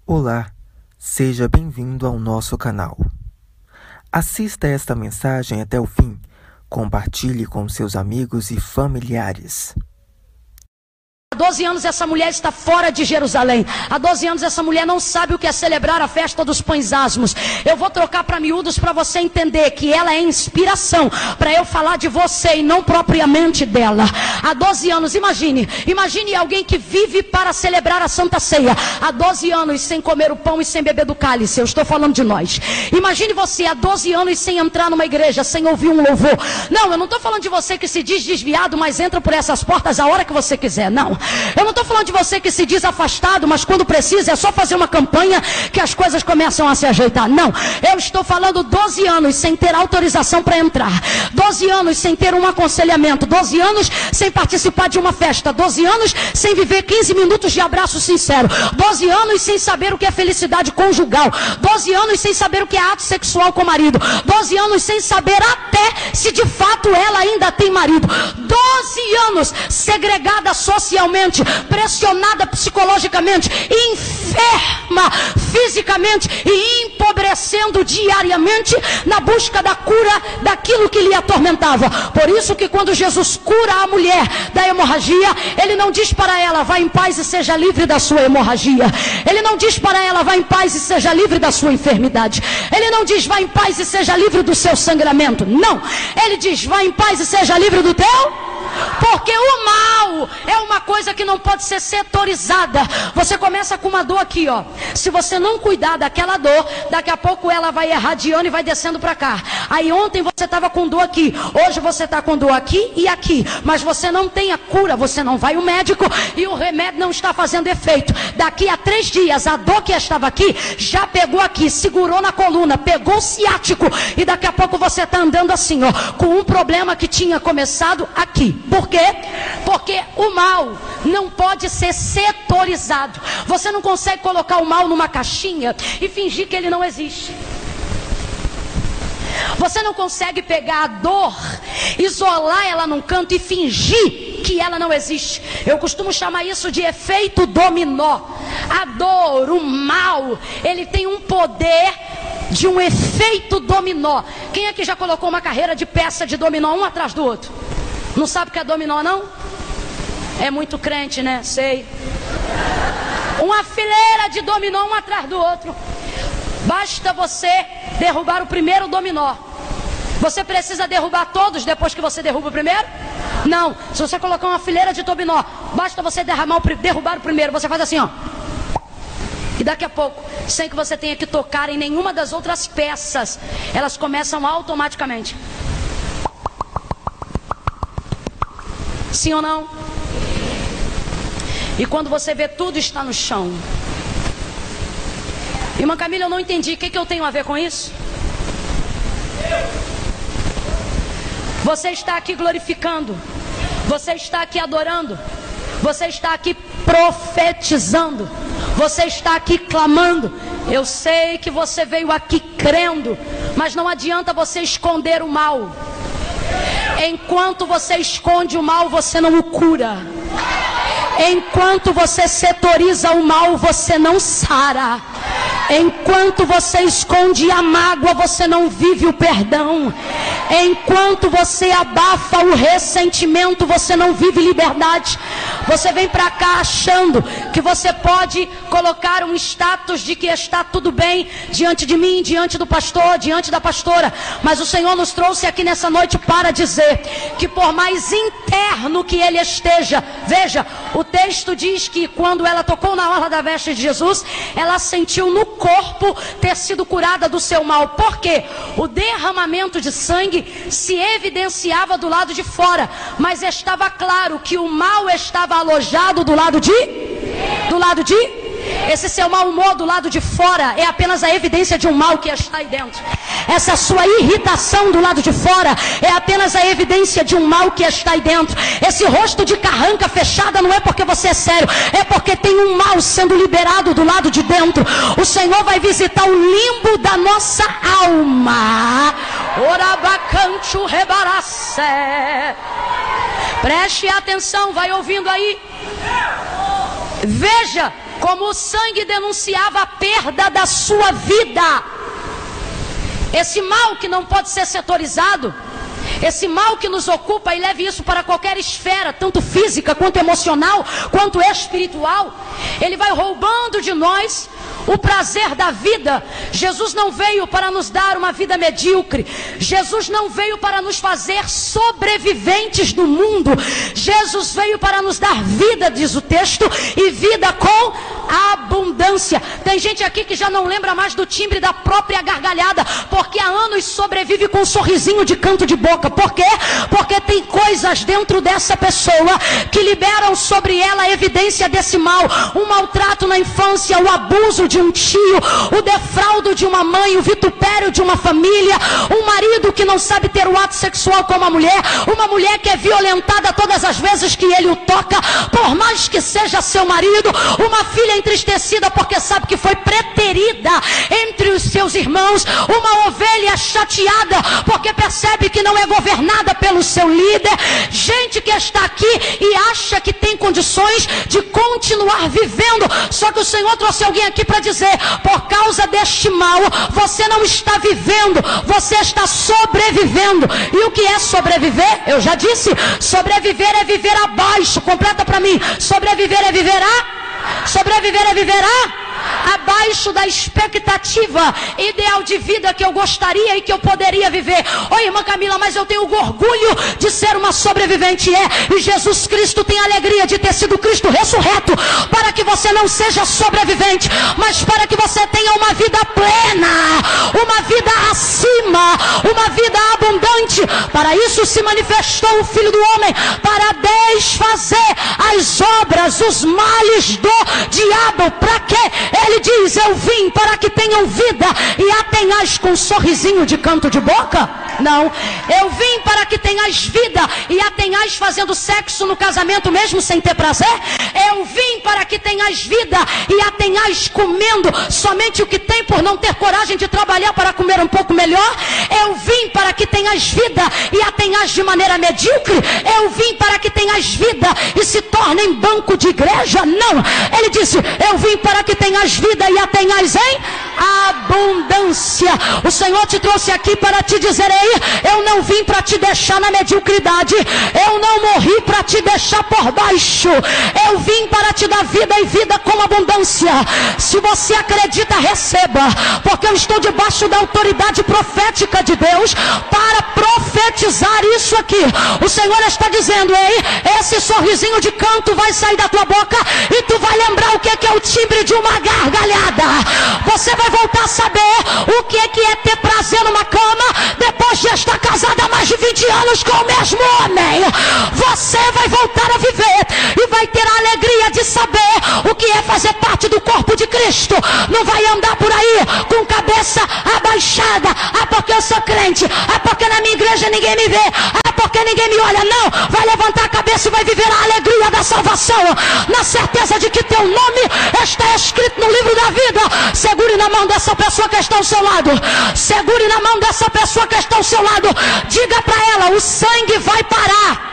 Olá, seja bem-vindo ao nosso canal. Assista esta mensagem até o fim, compartilhe com seus amigos e familiares. Há 12 anos essa mulher está fora de Jerusalém. Há 12 anos essa mulher não sabe o que é celebrar a festa dos pães asmos. Eu vou trocar para miúdos para você entender que ela é inspiração para eu falar de você e não propriamente dela. Há 12 anos, imagine alguém que vive para celebrar a Santa Ceia. Há 12 anos sem comer o pão e sem beber do cálice. Eu estou falando de nós. Imagine você há 12 anos sem entrar numa igreja, sem ouvir um louvor. Não, eu não estou falando de você que se diz desviado, mas entra por essas portas a hora que você quiser. Não. Eu não estou falando de você que se diz afastado, mas quando precisa é só fazer uma campanha que as coisas começam a se ajeitar. Não, eu estou falando 12 anos sem ter autorização para entrar, 12 anos sem ter um aconselhamento, 12 anos sem participar de uma festa, 12 anos sem viver 15 minutos de abraço sincero, 12 anos sem saber o que é felicidade conjugal, 12 anos sem saber o que é ato sexual com o marido, 12 anos sem saber até se de fato ela ainda tem marido, 12 anos segregada socialmente, pressionada psicologicamente, enferma fisicamente e empobrecendo diariamente na busca da cura daquilo que lhe atormentava. Por isso que quando Jesus cura a mulher da hemorragia, ele não diz para ela, vá em paz e seja livre da sua hemorragia. Ele não diz para ela, vá em paz e seja livre da sua enfermidade. Ele não diz, vá em paz e seja livre do seu sangramento. Não, ele diz, vá em paz e seja livre do teu... Porque o mal é uma coisa que não pode ser setorizada. Você começa com uma dor aqui, ó. Se você não cuidar daquela dor, daqui a pouco ela vai irradiando e vai descendo para cá. Aí ontem você estava com dor aqui, hoje você está com dor aqui e aqui, mas você não tem a cura, você não vai ao médico e o remédio não está fazendo efeito. Daqui a 3 dias a dor que estava aqui já pegou aqui, segurou na coluna, pegou o ciático e daqui a pouco você está andando assim, ó, com um problema que tinha começado aqui. Por quê? Porque o mal não pode ser setorizado. Você não consegue colocar o mal numa caixinha e fingir que ele não existe. Você não consegue pegar a dor, isolar ela num canto e fingir que ela não existe. Eu costumo chamar isso de efeito dominó. A dor, o mal, ele tem um poder de um efeito dominó. Quem aqui já colocou uma carreira de peça de dominó um atrás do outro? Não sabe o que é dominó, não? É muito crente, né? Sei. Uma fileira de dominó um atrás do outro. Basta você derrubar o primeiro dominó. Você precisa derrubar todos depois que você derruba o primeiro? Não. Se você colocar uma fileira de dominó, basta você derrubar o primeiro. Você faz assim, ó. E daqui a pouco, sem que você tenha que tocar em nenhuma das outras peças, elas começam automaticamente. Sim ou não? E quando você vê tudo está no chão. Irmã Camila, eu não entendi. O que eu tenho a ver com isso? Você está aqui glorificando. Você está aqui adorando. Você está aqui profetizando. Você está aqui clamando. Eu sei que você veio aqui crendo, mas não adianta você esconder o mal. Enquanto você esconde o mal, você não o cura. Enquanto você setoriza o mal, você não sara. Enquanto você esconde a mágoa, você não vive o perdão. Enquanto você abafa o ressentimento, você não vive liberdade. Você vem para cá achando que você pode colocar um status de que está tudo bem diante de mim, diante do pastor, diante da pastora. Mas o Senhor nos trouxe aqui nessa noite para dizer que por mais interno que ele esteja, veja, o texto diz que quando ela tocou na orla da veste de Jesus, ela sentiu no corpo ter sido curada do seu mal. Por quê? O derramamento de sangue se evidenciava do lado de fora, mas estava claro que o mal estava alojado do lado de... Esse seu mau humor do lado de fora é apenas a evidência de um mal que está aí dentro. Essa sua irritação do lado de fora é apenas a evidência de um mal que está aí dentro. Esse rosto de carranca fechada não é porque você é sério, é porque tem um mal sendo liberado do lado de dentro. O Senhor vai visitar o limbo da nossa alma. Orabacancho rebarassé. Preste atenção, vai ouvindo aí. Veja como o sangue denunciava a perda da sua vida. Esse mal que não pode ser setorizado, esse mal que nos ocupa e leve isso para qualquer esfera, tanto física, quanto emocional, quanto espiritual, ele vai roubando de nós o prazer da vida. Jesus não veio para nos dar uma vida medíocre. Jesus não veio para nos fazer sobreviventes do mundo. Jesus veio para nos dar vida, diz o texto, e vida com abundância. Tem gente aqui que já não lembra mais do timbre da própria gargalhada, porque há anos sobrevive com um sorrisinho de canto de boca. Por quê? Porque tem coisas dentro dessa pessoa que liberam sobre ela a evidência desse mal. Um maltrato na infância, o abuso de um tio, o defraudo de uma mãe, o vitupério de uma família, um marido que não sabe ter o ato sexual com uma mulher que é violentada todas as vezes que ele o toca, por mais que seja seu marido, uma filha entristecida porque sabe que foi preterida entre os seus irmãos, uma ovelha chateada porque percebe que não é governada pelo seu líder, gente que está aqui e acha que tem condições de continuar vivendo, só que o Senhor trouxe alguém aqui para dizer, por causa deste mal, você não está vivendo, você está sobrevivendo. E o que é sobreviver? Eu já disse, sobreviver é viver abaixo. Completa para mim, sobreviver é viver abaixo da expectativa ideal de vida que eu gostaria e que eu poderia viver. Oi, irmã Camila, mas eu tenho orgulho de ser uma sobrevivente. E Jesus Cristo tem a alegria de ter sido Cristo ressurreto, para que você não seja sobrevivente, mas para que você tenha uma vida plena, uma vida acima, uma vida abundante. Para isso se manifestou o Filho do Homem, para desfazer as obras, os males do diabo. Para quê? Ele diz, eu vim para que tenham vida e a tenhais com um sorrisinho de canto de boca? Não, eu vim para que tenhais vida e a tenhais fazendo sexo no casamento mesmo sem ter prazer? Eu vim para que tenhais vida e a tenhais comendo somente o que tem por não ter coragem de trabalhar para comer um pouco melhor? Eu vim para que tenhas vida e a tenhas de maneira medíocre? Eu vim para que tenhas vida e se tornem banco de igreja? Não, ele disse, eu vim para que tenhas vida e a tenhas em abundância. O Senhor te trouxe aqui para te dizer, ei, eu não vim para te deixar na mediocridade, eu não morri para te deixar por baixo, eu vim para te dar vida e vida com abundância. Se você acredita, receba, porque eu estou debaixo da autoridade profética de Deus para profetizar isso aqui. O Senhor está dizendo, ei, esse sorrisinho de canto vai sair da tua boca e tu vai lembrar o que é o timbre de uma gargalhada. Você vai voltar a saber o que é ter prazer numa cama depois de estar casada há mais de 20 anos com o mesmo homem. Você vai voltar a viver e vai ter a alegria de saber o que é fazer parte do corpo de Cristo. Não vai andar por aí com cabeça abaixada, porque eu sou crente, porque na minha igreja ninguém me vê, porque ninguém me olha. Não, vai levantar a cabeça e vai viver a alegria da salvação, na certeza de que teu nome está escrito no livro da vida. Segure na mão dessa pessoa que está ao seu lado, segure na mão dessa pessoa que está ao seu lado, diga para ela, o sangue vai parar.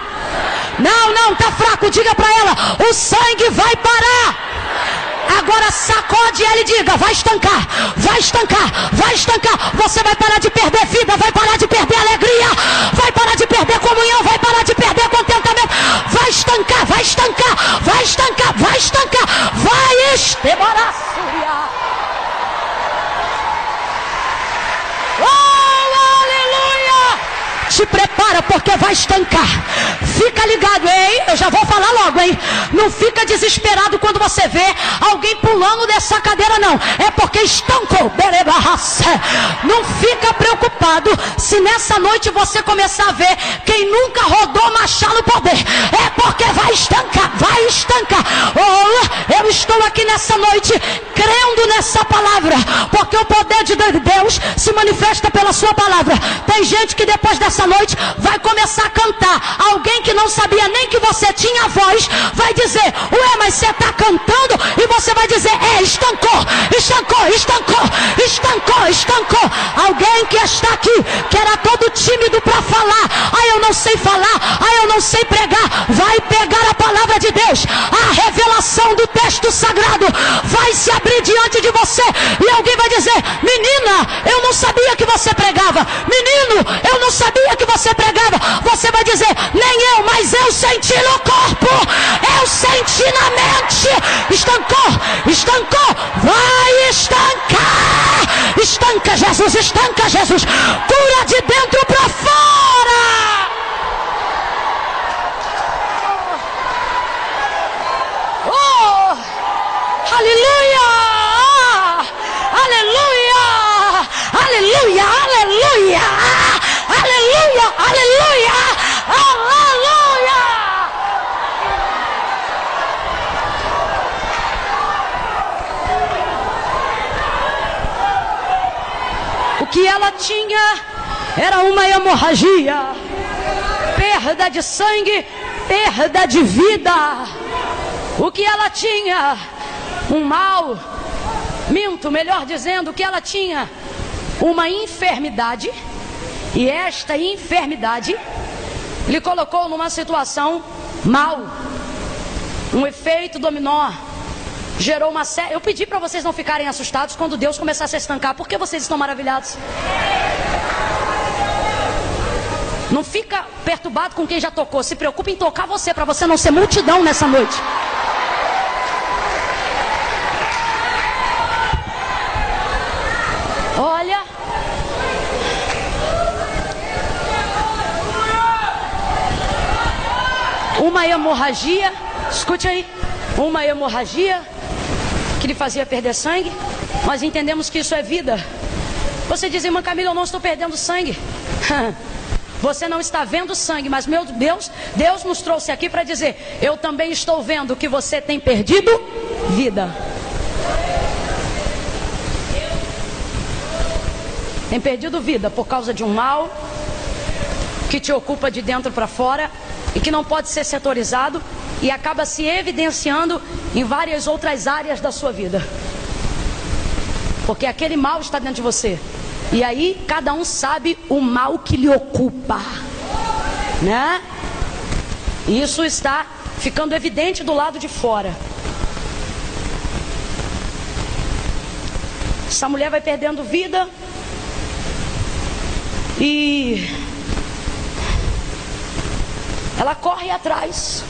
Não, tá fraco, diga para ela, o sangue vai parar. Agora sacode ela e diga, vai estancar, vai estancar, vai estancar. Você vai parar de perder vida, vai parar de perder alegria, vai parar de perder comunhão, vai parar de perder contentamento. Vai estancar, vai estancar, vai estancar, vai estancar, vai estemorar. Te prepara, porque vai estancar. Fica ligado, hein? Eu já vou falar logo, hein? Não fica desesperado quando você vê alguém pulando dessa cadeira, não. É porque estancou. Não fica preocupado se nessa noite você começar a ver quem nunca rodou machado no poder. É porque vai estancar, vai estancar. Oh, eu estou aqui nessa noite crendo nessa palavra, porque o poder de Deus se manifesta pela sua palavra. Tem gente que depois dessa noite vai começar a cantar. Alguém que não sabia nem que você tinha voz vai dizer, ué, mas você está cantando? E você vai dizer, estancou, estancou, estancou, estancou, estancou. Alguém que está aqui, que era todo tímido para falar, eu não sei falar, eu não sei pregar, vai pegar a palavra de Deus, a revelação revelação do texto sagrado vai se abrir diante de você e alguém vai dizer: menina, eu não sabia que você pregava. Menino, eu não sabia que você pregava. Você vai dizer: nem eu, mas eu senti no corpo, eu senti na mente. Estancou, vai estancar. Estanca, Jesus, estanca, Jesus. Cura de dentro para fora. Oh, aleluia, aleluia, aleluia, aleluia, aleluia, aleluia, aleluia. O que ela tinha era uma hemorragia, perda de sangue, perda de vida. O que ela tinha, um mal, melhor dizendo, o que ela tinha, uma enfermidade, e esta enfermidade lhe colocou numa situação mal, um efeito dominó, gerou uma série. Eu pedi para vocês não ficarem assustados quando Deus começasse a estancar, porque vocês estão maravilhados. Não fica perturbado com quem já tocou, se preocupe em tocar você, para você não ser multidão nessa noite. Olha, uma hemorragia, escute aí, uma hemorragia que lhe fazia perder sangue. Nós entendemos que isso é vida. Você diz: irmã Camila, eu não estou perdendo sangue. Você não está vendo sangue, mas meu Deus, Deus nos trouxe aqui para dizer: eu também estou vendo que você tem perdido vida. Tem perdido vida por causa de um mal que te ocupa de dentro para fora e que não pode ser setorizado e acaba se evidenciando em várias outras áreas da sua vida. Porque aquele mal está dentro de você. E aí cada um sabe o mal que lhe ocupa, né? E isso está ficando evidente do lado de fora. Essa mulher vai perdendo vida e ela corre atrás.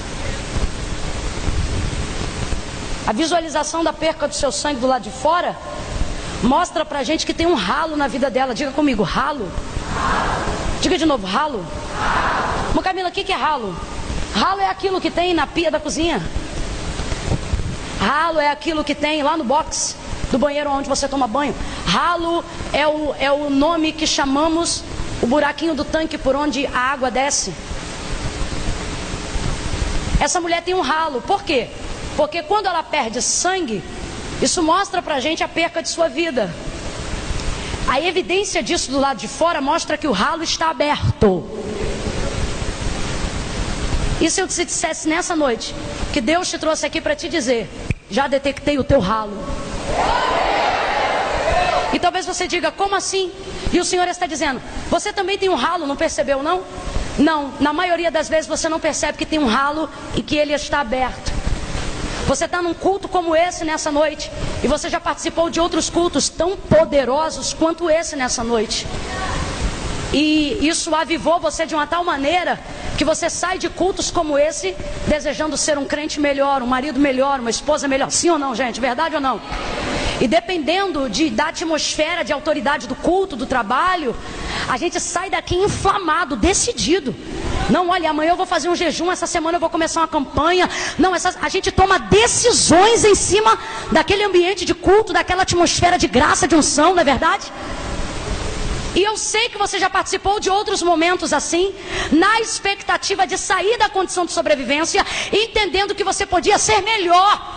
A visualização da perca do seu sangue do lado de fora mostra pra gente que tem um ralo na vida dela. Diga comigo: ralo. Diga de novo: ralo. Mas Camila, o que é ralo? Ralo é aquilo que tem na pia da cozinha. Ralo é aquilo que tem lá no box do banheiro onde você toma banho. Ralo é o nome que chamamos o buraquinho do tanque por onde a água desce. Essa mulher tem um ralo. Por quê? Porque quando ela perde sangue, isso mostra pra gente a perca de sua vida. A evidência disso do lado de fora mostra que o ralo está aberto. E se eu te dissesse nessa noite que Deus te trouxe aqui para te dizer: já detectei o teu ralo. E talvez você diga: como assim? E o Senhor está dizendo: você também tem um ralo, não percebeu não? Não, na maioria das vezes você não percebe que tem um ralo e que ele está aberto. Você está num culto como esse nessa noite, e você já participou de outros cultos tão poderosos quanto esse nessa noite. E isso avivou você de uma tal maneira que você sai de cultos como esse desejando ser um crente melhor, um marido melhor, uma esposa melhor. Sim ou não, gente? Verdade ou não? E dependendo da atmosfera de autoridade do culto, do trabalho, a gente sai daqui inflamado, decidido. Não, olha, amanhã eu vou fazer um jejum, essa semana eu vou começar uma campanha. Não, a gente toma decisões em cima daquele ambiente de culto, daquela atmosfera de graça, de unção, não é verdade? E eu sei que você já participou de outros momentos assim, na expectativa de sair da condição de sobrevivência, entendendo que você podia ser melhor,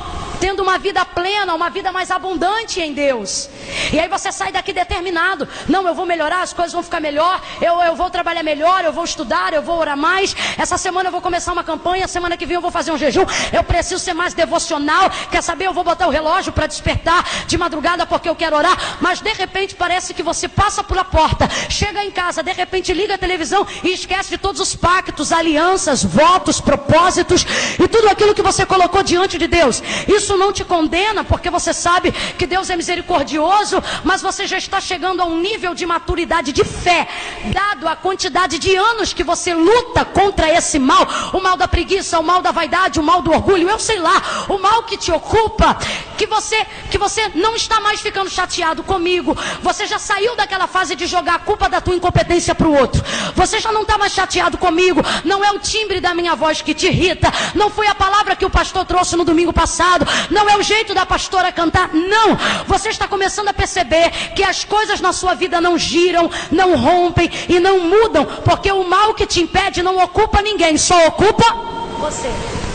tendo uma vida plena, uma vida mais abundante em Deus. E aí você sai daqui determinado: não, eu vou melhorar, as coisas vão ficar melhor, eu vou trabalhar melhor, eu vou estudar, eu vou orar mais. Essa semana eu vou começar uma campanha, semana que vem eu vou fazer um jejum, eu preciso ser mais devocional. Quer saber, eu vou botar o relógio para despertar de madrugada porque eu quero orar. Mas de repente parece que você passa por a porta, chega em casa, de repente liga a televisão e esquece de todos os pactos, alianças, votos, propósitos e tudo aquilo que você colocou diante de Deus. Isso não te condena, porque você sabe que Deus é misericordioso, mas você já está chegando a um nível de maturidade de fé, dado a quantidade de anos que você luta contra esse mal, o mal da preguiça, o mal da vaidade, o mal do orgulho, eu sei lá, o mal que te ocupa, que você não está mais ficando chateado comigo. Você já saiu daquela fase de jogar a culpa da tua incompetência para o outro. Você já não está mais chateado comigo. Não é o timbre da minha voz que te irrita, não foi a palavra que o pastor trouxe no domingo passado, não é o jeito da pastora cantar, não. Você está começando a perceber que as coisas na sua vida não giram, não rompem e não mudam, porque o mal que te impede não ocupa ninguém, só ocupa você.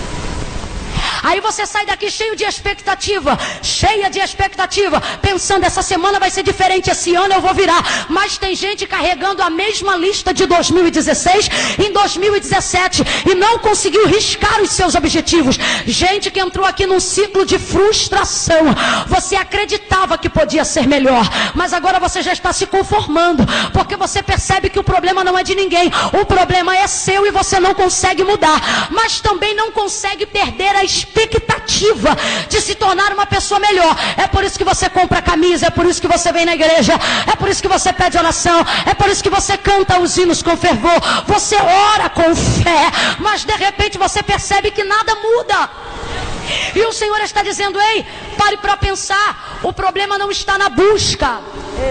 Aí você sai daqui cheio de expectativa, cheia de expectativa, pensando: essa semana vai ser diferente, esse ano eu vou virar. Mas tem gente carregando a mesma lista de 2016 em 2017 e não conseguiu riscar os seus objetivos. Gente que entrou aqui num ciclo de frustração. Você acreditava que podia ser melhor, mas agora você já está se conformando, porque você percebe que o problema não é de ninguém, o problema é seu e você não consegue mudar, mas também não consegue perder a expectativa de se tornar uma pessoa melhor. É por isso que você compra camisa, é por isso que você vem na igreja, é por isso que você pede oração, é por isso que você canta os hinos com fervor, você ora com fé, mas de repente você percebe que nada muda. E o Senhor está dizendo: ei, pare para pensar, o problema não está na busca.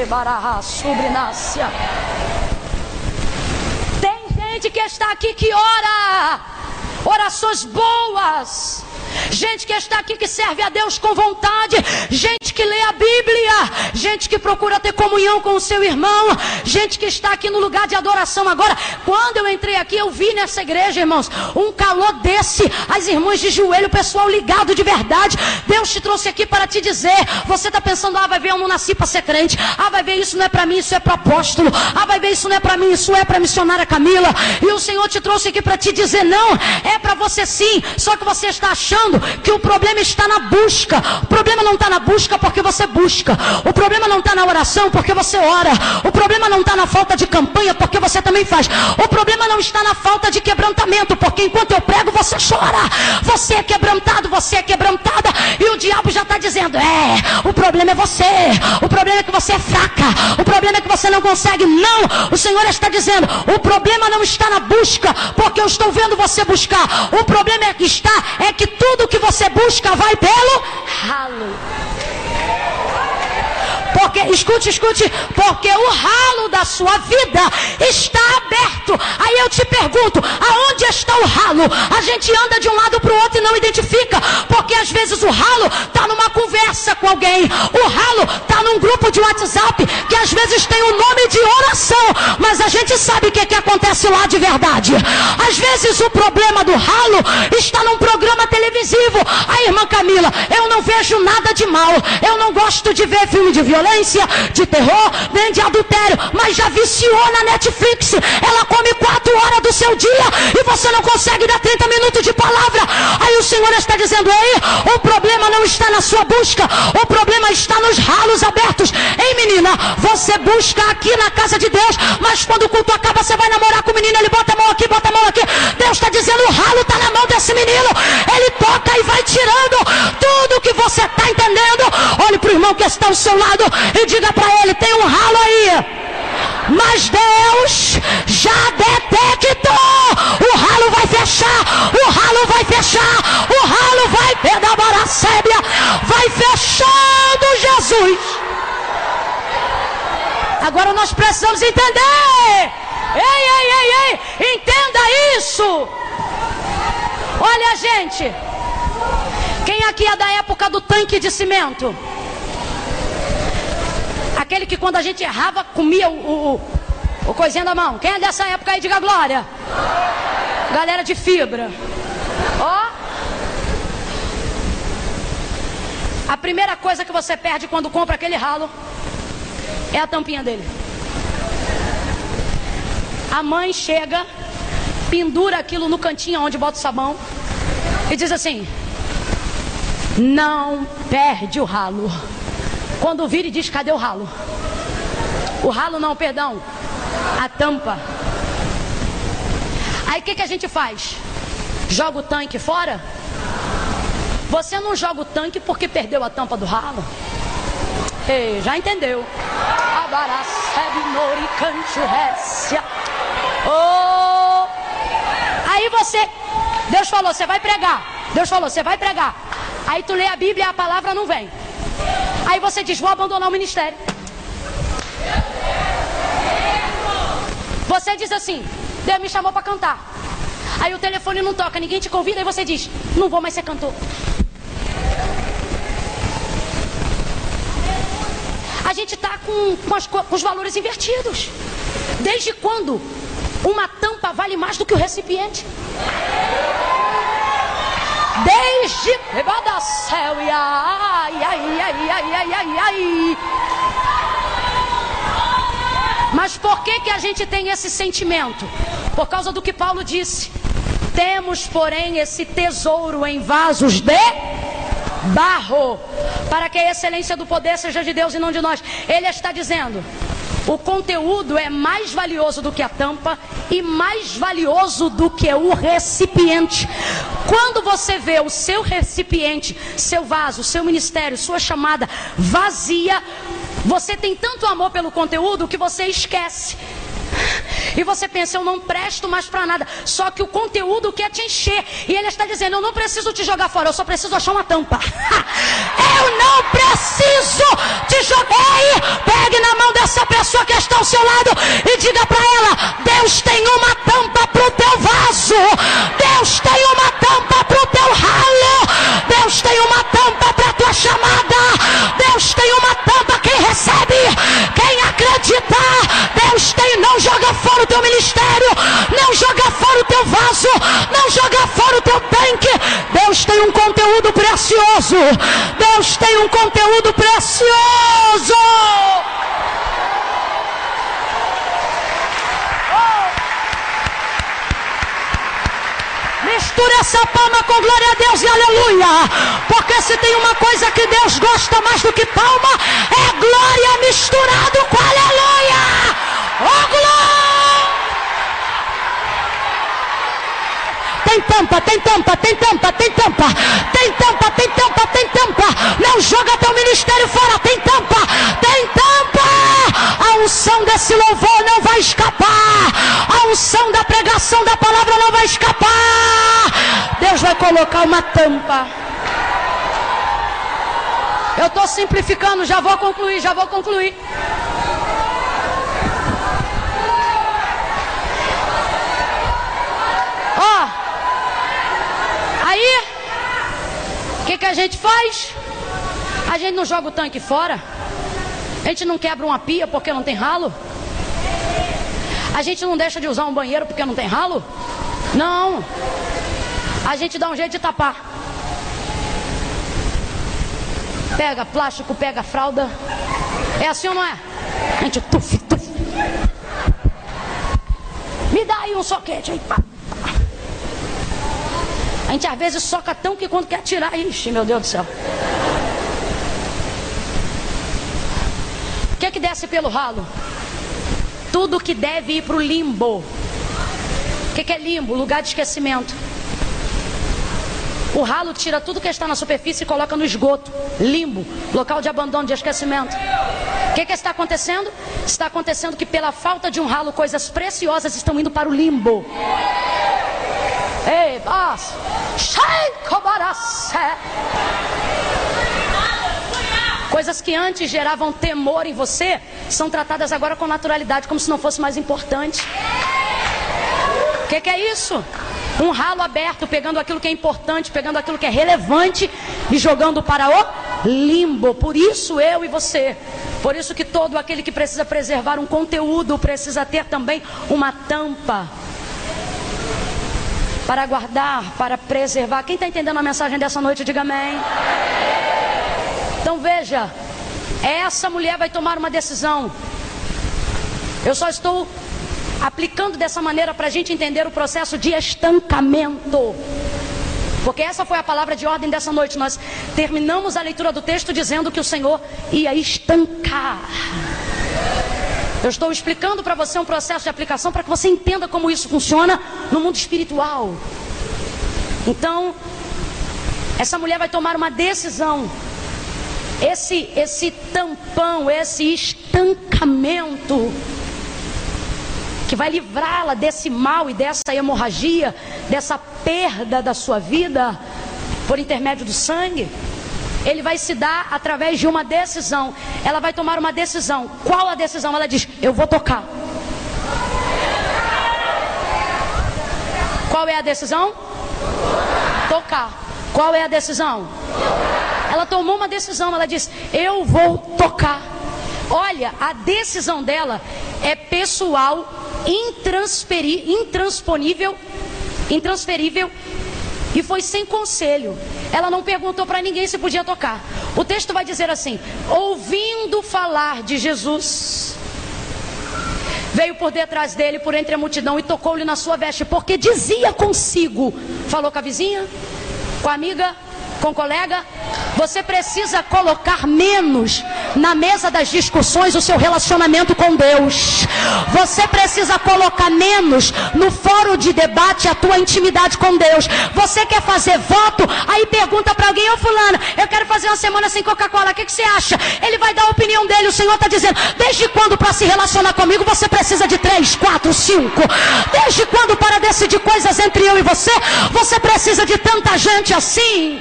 Tem gente que está aqui que ora orações boas, gente que está aqui que serve a Deus com vontade, gente que lê a Bíblia, gente que procura ter comunhão com o seu irmão, gente que está aqui no lugar de adoração. Agora, quando eu entrei aqui, eu vi nessa igreja, irmãos, um calor desse, as irmãs de joelho, o pessoal ligado de verdade. Deus te trouxe aqui para te dizer: você está pensando: vai ver, eu não nasci para ser crente, vai ver, isso não é para mim, isso é para apóstolo, vai ver, isso não é para mim, isso é para missionária Camila. E o Senhor te trouxe aqui para te dizer: não, é para você sim, só que você está achando que o problema está na busca. O problema não está na busca porque você busca, o problema não está na oração porque você ora, o problema não está na falta de campanha porque você também faz, o problema não está na falta de quebrantamento, porque enquanto eu prego você chora, você é quebrantado, você é quebrantada, e o diabo já está dizendo: o problema é você, o problema é que você é fraca, o problema é que você não consegue. Não, o Senhor está dizendo: o problema não está na busca, porque eu estou vendo você buscar, o problema é que tudo que você busca vai pelo ralo. Porque, escute, porque o ralo da sua vida está aberto. Aí eu te pergunto: aonde está o ralo? A gente anda de um lado para o outro e não identifica, porque às vezes o ralo está numa conversa com alguém, o ralo está num grupo de WhatsApp que às vezes tem o nome de oração, mas a gente sabe o que acontece lá de verdade. Às vezes o problema do ralo está num programa televisivo. A irmã Camila: eu não vejo nada de mal, eu não gosto de ver filme de violência, de terror, nem de adultério, mas já viciou na Netflix. Ela come 4 horas do seu dia e você não consegue dar 30 minutos de palavra. Aí o Senhor está dizendo: ei, o problema não está na sua busca, o problema está nos ralos abertos. Ei, menina, você busca aqui na casa de Deus, mas quando o culto acaba, você vai namorar com o menino, ele bota a mão aqui, bota a mão aqui. Deus está dizendo: o ralo está na mão desse menino, ele toca e vai tirando tudo que você está entendendo. Olhe para o irmão que está ao seu lado e diga para ele: tem um ralo aí, mas Deus já detectou. O ralo vai fechar, o ralo vai fechar, o ralo vai pedabar a sébia, vai fechando, Jesus. Agora nós precisamos entender. Ei, entenda isso. Olha, gente, quem aqui é da época do tanque de cimento? Aquele que quando a gente errava, comia o coisinha da mão. Quem é dessa época aí? Diga glória. Galera de fibra. Ó. A primeira coisa que você perde quando compra aquele ralo é a tampinha dele. A mãe chega, pendura aquilo no cantinho onde bota o sabão e diz assim: não perde o ralo. Quando vira e diz: cadê o ralo? O ralo não, perdão, a tampa. Aí o que a gente faz? Joga o tanque fora? Você não joga o tanque porque perdeu a tampa do ralo? Ei, já entendeu? Oh. Aí você, Deus falou, você vai pregar. Deus falou, você vai pregar. Aí tu lê a Bíblia e a palavra não vem. Aí você diz: vou abandonar o ministério. Você diz assim: Deus me chamou para cantar. Aí o telefone não toca, ninguém te convida. Aí você diz: não vou mais ser cantor. A gente está com os valores invertidos. Desde quando uma tampa vale mais do que o recipiente? Desde da céu e ai. Mas por que a gente tem esse sentimento? Por causa do que Paulo disse: temos, porém, esse tesouro em vasos de barro, para que a excelência do poder seja de Deus e não de nós. Ele está dizendo: o conteúdo é mais valioso do que a tampa e mais valioso do que o recipiente. Quando você vê o seu recipiente, seu vaso, seu ministério, sua chamada vazia, você tem tanto amor pelo conteúdo que você esquece. E você pensa: eu não presto mais para nada. Só que o conteúdo quer te encher. E ele está dizendo: eu não preciso te jogar fora, eu só preciso achar uma tampa. Eu não preciso te jogar. Ei, pegue na mão dessa pessoa que está ao seu lado e diga para ela: Deus tem uma tampa para o teu vaso. Deus tem uma tampa para o teu ralo. Deus tem uma tampa para a tua chamada. Deus tem uma tampa. Quem recebe, quem acreditar, Deus tem. Não joga fora o teu ministério, não joga fora o teu vaso, não joga fora o teu tanque. Deus tem um conteúdo precioso. Deus tem um conteúdo precioso. Mistura essa palma com glória a Deus e aleluia. Porque se tem uma coisa que Deus gosta mais do que palma, é glória misturado com aleluia. Oh, glória! Tem tampa, tem tampa, tem tampa, tem tampa. Tem tampa, tem tampa, tem tampa. Não joga teu ministério fora, tem tampa. Tem tampa. A unção desse louvor não vai escapar. A unção da pregação da palavra não vai escapar. Deus vai colocar uma tampa. Eu estou simplificando, já vou concluir. Ó, aí, o que a gente faz? A gente não joga o tanque fora. A gente não quebra uma pia porque não tem ralo. A gente não deixa de usar um banheiro porque não tem ralo. Não. A gente dá um jeito de tapar. Pega plástico, pega fralda. É assim ou não é? A gente tuf. Me dá aí um soquete aí, pá. A gente às vezes soca tão que quando quer tirar, ixi, meu Deus do céu. O que desce pelo ralo? Tudo que deve ir para o limbo. O que é limbo? Lugar de esquecimento. O ralo tira tudo que está na superfície e coloca no esgoto. Limbo, local de abandono, de esquecimento. O que está acontecendo? Está acontecendo que pela falta de um ralo, coisas preciosas estão indo para o limbo. Ei, basta. Coisas que antes geravam temor em você são tratadas agora com naturalidade, como se não fosse mais importante. O que é isso? Um ralo aberto, pegando aquilo que é importante, pegando aquilo que é relevante e jogando para o limbo. Por isso eu e você, por isso que todo aquele que precisa preservar um conteúdo precisa ter também uma tampa para guardar, para preservar. Quem está entendendo a mensagem dessa noite, diga amém. Então veja, essa mulher vai tomar uma decisão. Eu só estou aplicando dessa maneira para a gente entender o processo de estancamento, porque essa foi a palavra de ordem dessa noite. Nós terminamos a leitura do texto dizendo que o Senhor ia estancar. Eu estou explicando para você um processo de aplicação para que você entenda como isso funciona no mundo espiritual. Então, essa mulher vai tomar uma decisão. Esse tampão, esse estancamento que vai livrá-la desse mal e dessa hemorragia, dessa perda da sua vida por intermédio do sangue, ele vai se dar através de uma decisão. Ela vai tomar uma decisão. Qual a decisão? Ela diz: eu vou tocar. Qual é a decisão? Tocar. Qual é a decisão? Ela tomou uma decisão. Ela diz: eu vou tocar. Olha, a decisão dela é pessoal, intransferível, e foi sem conselho. Ela não perguntou para ninguém se podia tocar. O texto vai dizer assim: ouvindo falar de Jesus, veio por detrás dele, por entre a multidão, e tocou-lhe na sua veste, porque dizia consigo. Falou com a vizinha, com a amiga, com o colega: você precisa colocar menos na mesa das discussões o seu relacionamento com Deus. Você precisa colocar menos no fórum de debate a tua intimidade com Deus. Você quer fazer voto, aí pergunta para alguém: ô fulano, eu quero fazer uma semana sem Coca-Cola, o que você acha? Ele vai dar a opinião dele. O Senhor está dizendo: desde quando para se relacionar comigo você precisa de 3, 4, 5? Desde quando para decidir coisas entre eu e você precisa de tanta gente assim?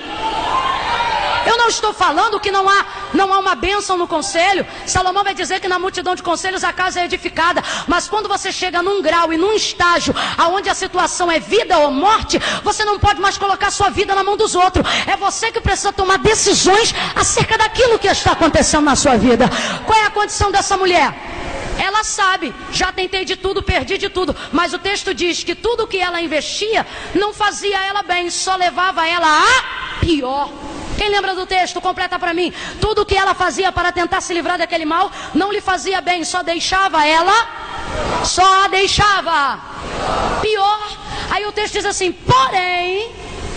Eu não estou falando que não há uma bênção no conselho. Salomão vai dizer que na multidão de conselhos a casa é edificada. Mas quando você chega num grau e num estágio onde a situação é vida ou morte, você não pode mais colocar sua vida na mão dos outros. É você que precisa tomar decisões acerca daquilo que está acontecendo na sua vida. Qual é a condição dessa mulher? Ela sabe: já tentei de tudo, perdi de tudo. Mas o texto diz que tudo que ela investia não fazia ela bem, só levava ela a pior. Quem lembra do texto? Completa para mim. Tudo que ela fazia para tentar se livrar daquele mal não lhe fazia bem, só deixava ela, só a deixava pior. Aí o texto diz assim: porém,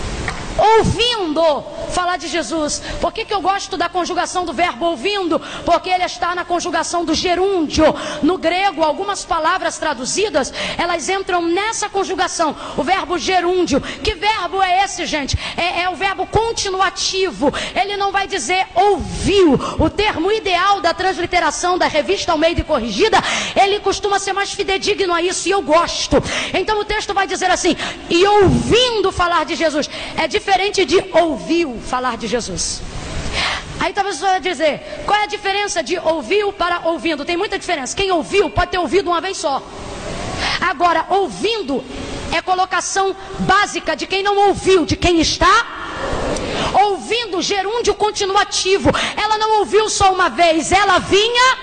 ouvindo falar de Jesus. Por que eu gosto da conjugação do verbo ouvindo? Porque ele está na conjugação do gerúndio. No grego, algumas palavras traduzidas, elas entram nessa conjugação. O verbo gerúndio. Que verbo é esse, gente? É o verbo continuativo. Ele não vai dizer ouviu. O termo ideal da transliteração da revista Almeida e Corrigida, ele costuma ser mais fidedigno a isso, e eu gosto. Então o texto vai dizer assim: e ouvindo falar de Jesus. É diferente de ouviu falar de Jesus. Aí talvez você vai dizer: qual é a diferença de ouviu para ouvindo? Tem muita diferença. Quem ouviu pode ter ouvido uma vez só. Agora, ouvindo é colocação básica de quem não ouviu, de quem está ouvindo, gerúndio continuativo. Ela não ouviu só uma vez, ela vinha.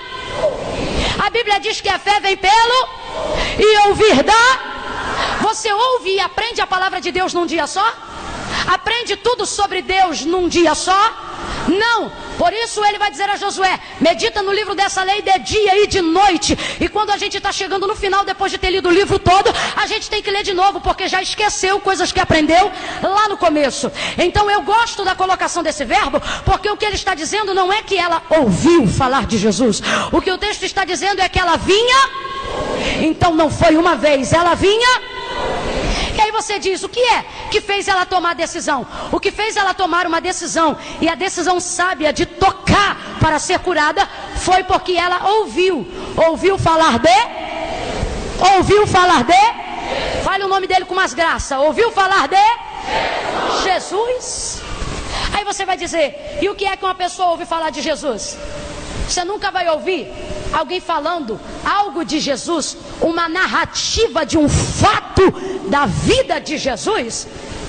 A Bíblia diz que a fé vem pelo e ouvir da. Você ouve e aprende a palavra de Deus num dia só? Aprende tudo sobre Deus num dia só? Não. Por isso ele vai dizer a Josué: medita no livro dessa lei de dia e de noite. E quando a gente está chegando no final, depois de ter lido o livro todo, a gente tem que ler de novo, porque já esqueceu coisas que aprendeu lá no começo. Então eu gosto da colocação desse verbo, porque o que ele está dizendo não é que ela ouviu falar de Jesus. O que o texto está dizendo é que ela vinha. Então não foi uma vez, ela vinha. E aí você diz: o que é que fez ela tomar a decisão? O que fez ela tomar uma decisão, e a decisão sábia de tocar para ser curada, foi porque ela ouviu falar de, fale o nome dele com mais graça, ouviu falar de Jesus. Aí você vai dizer: e o que é que uma pessoa ouve falar de Jesus? Você nunca vai ouvir alguém falando algo de Jesus, uma narrativa de um fato da vida de Jesus,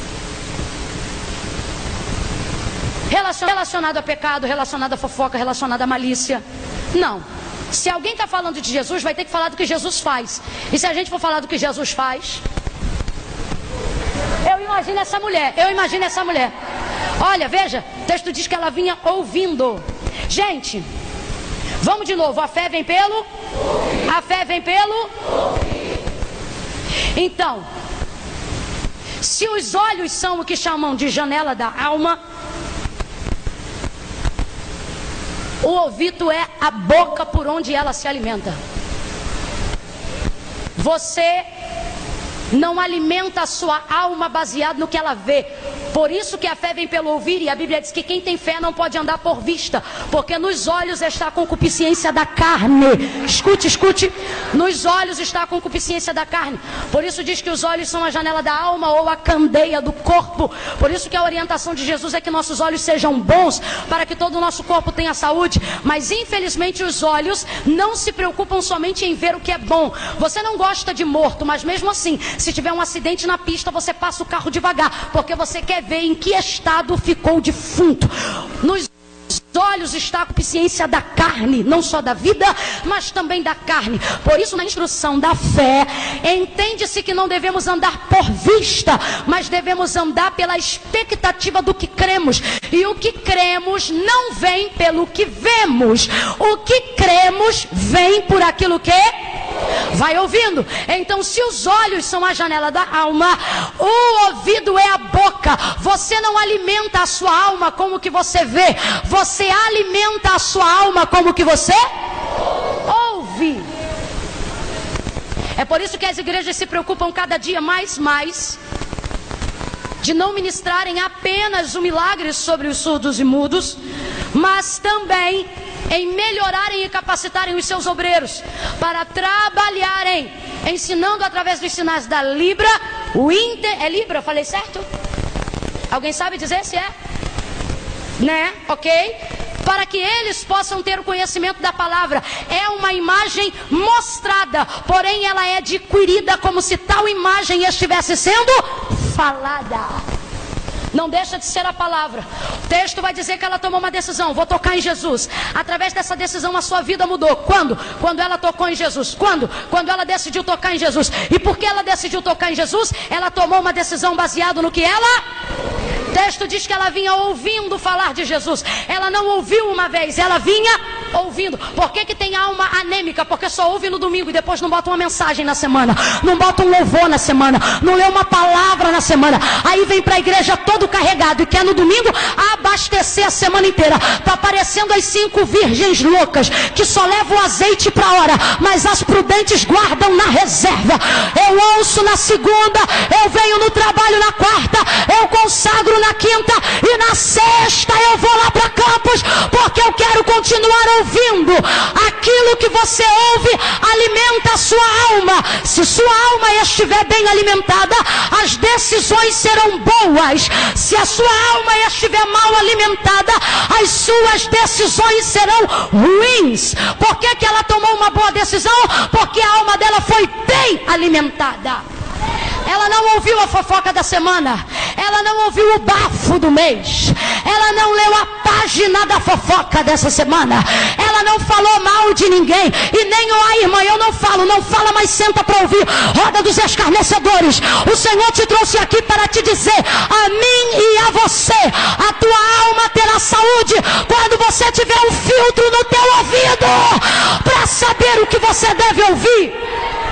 relacionado a pecado, relacionado a fofoca, relacionado a malícia. Não. Se alguém está falando de Jesus, vai ter que falar do que Jesus faz. E se a gente for falar do que Jesus faz, eu imagino essa mulher. Olha, veja, o texto diz que ela vinha ouvindo. Gente, vamos de novo. A fé vem pelo? A fé vem pelo? Então, se os olhos são o que chamam de janela da alma, o ouvido é a boca por onde ela se alimenta. Você não alimenta a sua alma baseado no que ela vê. Por isso que a fé vem pelo ouvir, e a Bíblia diz que quem tem fé não pode andar por vista, porque nos olhos está a concupiscência da carne. Escute, escute. Nos olhos está a concupiscência da carne. Por isso diz que os olhos são a janela da alma ou a candeia do corpo. Por isso que a orientação de Jesus é que nossos olhos sejam bons, para que todo o nosso corpo tenha saúde. Mas infelizmente os olhos não se preocupam somente em ver o que é bom. Você não gosta de morto, mas mesmo assim, se tiver um acidente na pista, você passa o carro devagar, porque você quer ver em que estado ficou o defunto. Nos olhos está a consciência da carne, não só da vida, mas também da carne. Por isso, na instrução da fé, entende-se que não devemos andar por vista, mas devemos andar pela expectativa do que cremos. E o que cremos não vem pelo que vemos. O que cremos vem por aquilo que vai ouvindo. Então, se os olhos são a janela da alma, o ouvido é a boca. Você não alimenta a sua alma como que você vê, você alimenta a sua alma como que você ouve. É por isso que as igrejas se preocupam cada dia mais de não ministrarem apenas o milagre sobre os surdos e mudos, mas também em melhorarem e capacitarem os seus obreiros para trabalharem, ensinando através dos sinais da Libra, é Libra, falei certo? Alguém sabe dizer se é? Né? Ok? Para que eles possam ter o conhecimento da palavra. É uma imagem mostrada, porém ela é adquirida como se tal imagem estivesse sendo falada. Não deixa de ser a palavra. O texto vai dizer que ela tomou uma decisão: vou tocar em Jesus. Através dessa decisão a sua vida mudou. Quando? Quando ela tocou em Jesus. Quando? Quando ela decidiu tocar em Jesus. E por que ela decidiu tocar em Jesus? Ela tomou uma decisão baseada no que ela... O texto diz que ela vinha ouvindo falar de Jesus. Ela não ouviu uma vez, ela vinha ouvindo. Por que tem alma anêmica? Porque só ouve no domingo e depois não bota uma mensagem na semana, não bota um louvor na semana, não lê uma palavra na semana. Aí vem para a igreja todo carregado e quer no domingo abastecer a semana inteira. Está parecendo as 5 virgens loucas que só levam o azeite para a hora, mas as prudentes guardam na reserva. Eu ouço na segunda, eu venho no trabalho na quarta, eu consagro na quinta e na sexta eu vou lá para Campos, porque eu quero continuar ouvindo. Aquilo que você ouve alimenta a sua alma. Se sua alma estiver bem alimentada, as decisões serão boas. Se a sua alma estiver mal alimentada, as suas decisões serão ruins. Por que ela tomou uma boa decisão? Porque a alma dela foi bem alimentada. Ela não ouviu a fofoca da semana, ela não ouviu o bafo do mês, ela não leu a página da fofoca dessa semana, ela não falou mal de ninguém, e nem, irmã, eu não falo, não fala, mas senta para ouvir. Roda dos escarnecedores. O Senhor te trouxe aqui para te dizer, a mim e a você, a tua alma terá saúde quando você tiver um filtro no teu ouvido para saber o que você deve ouvir.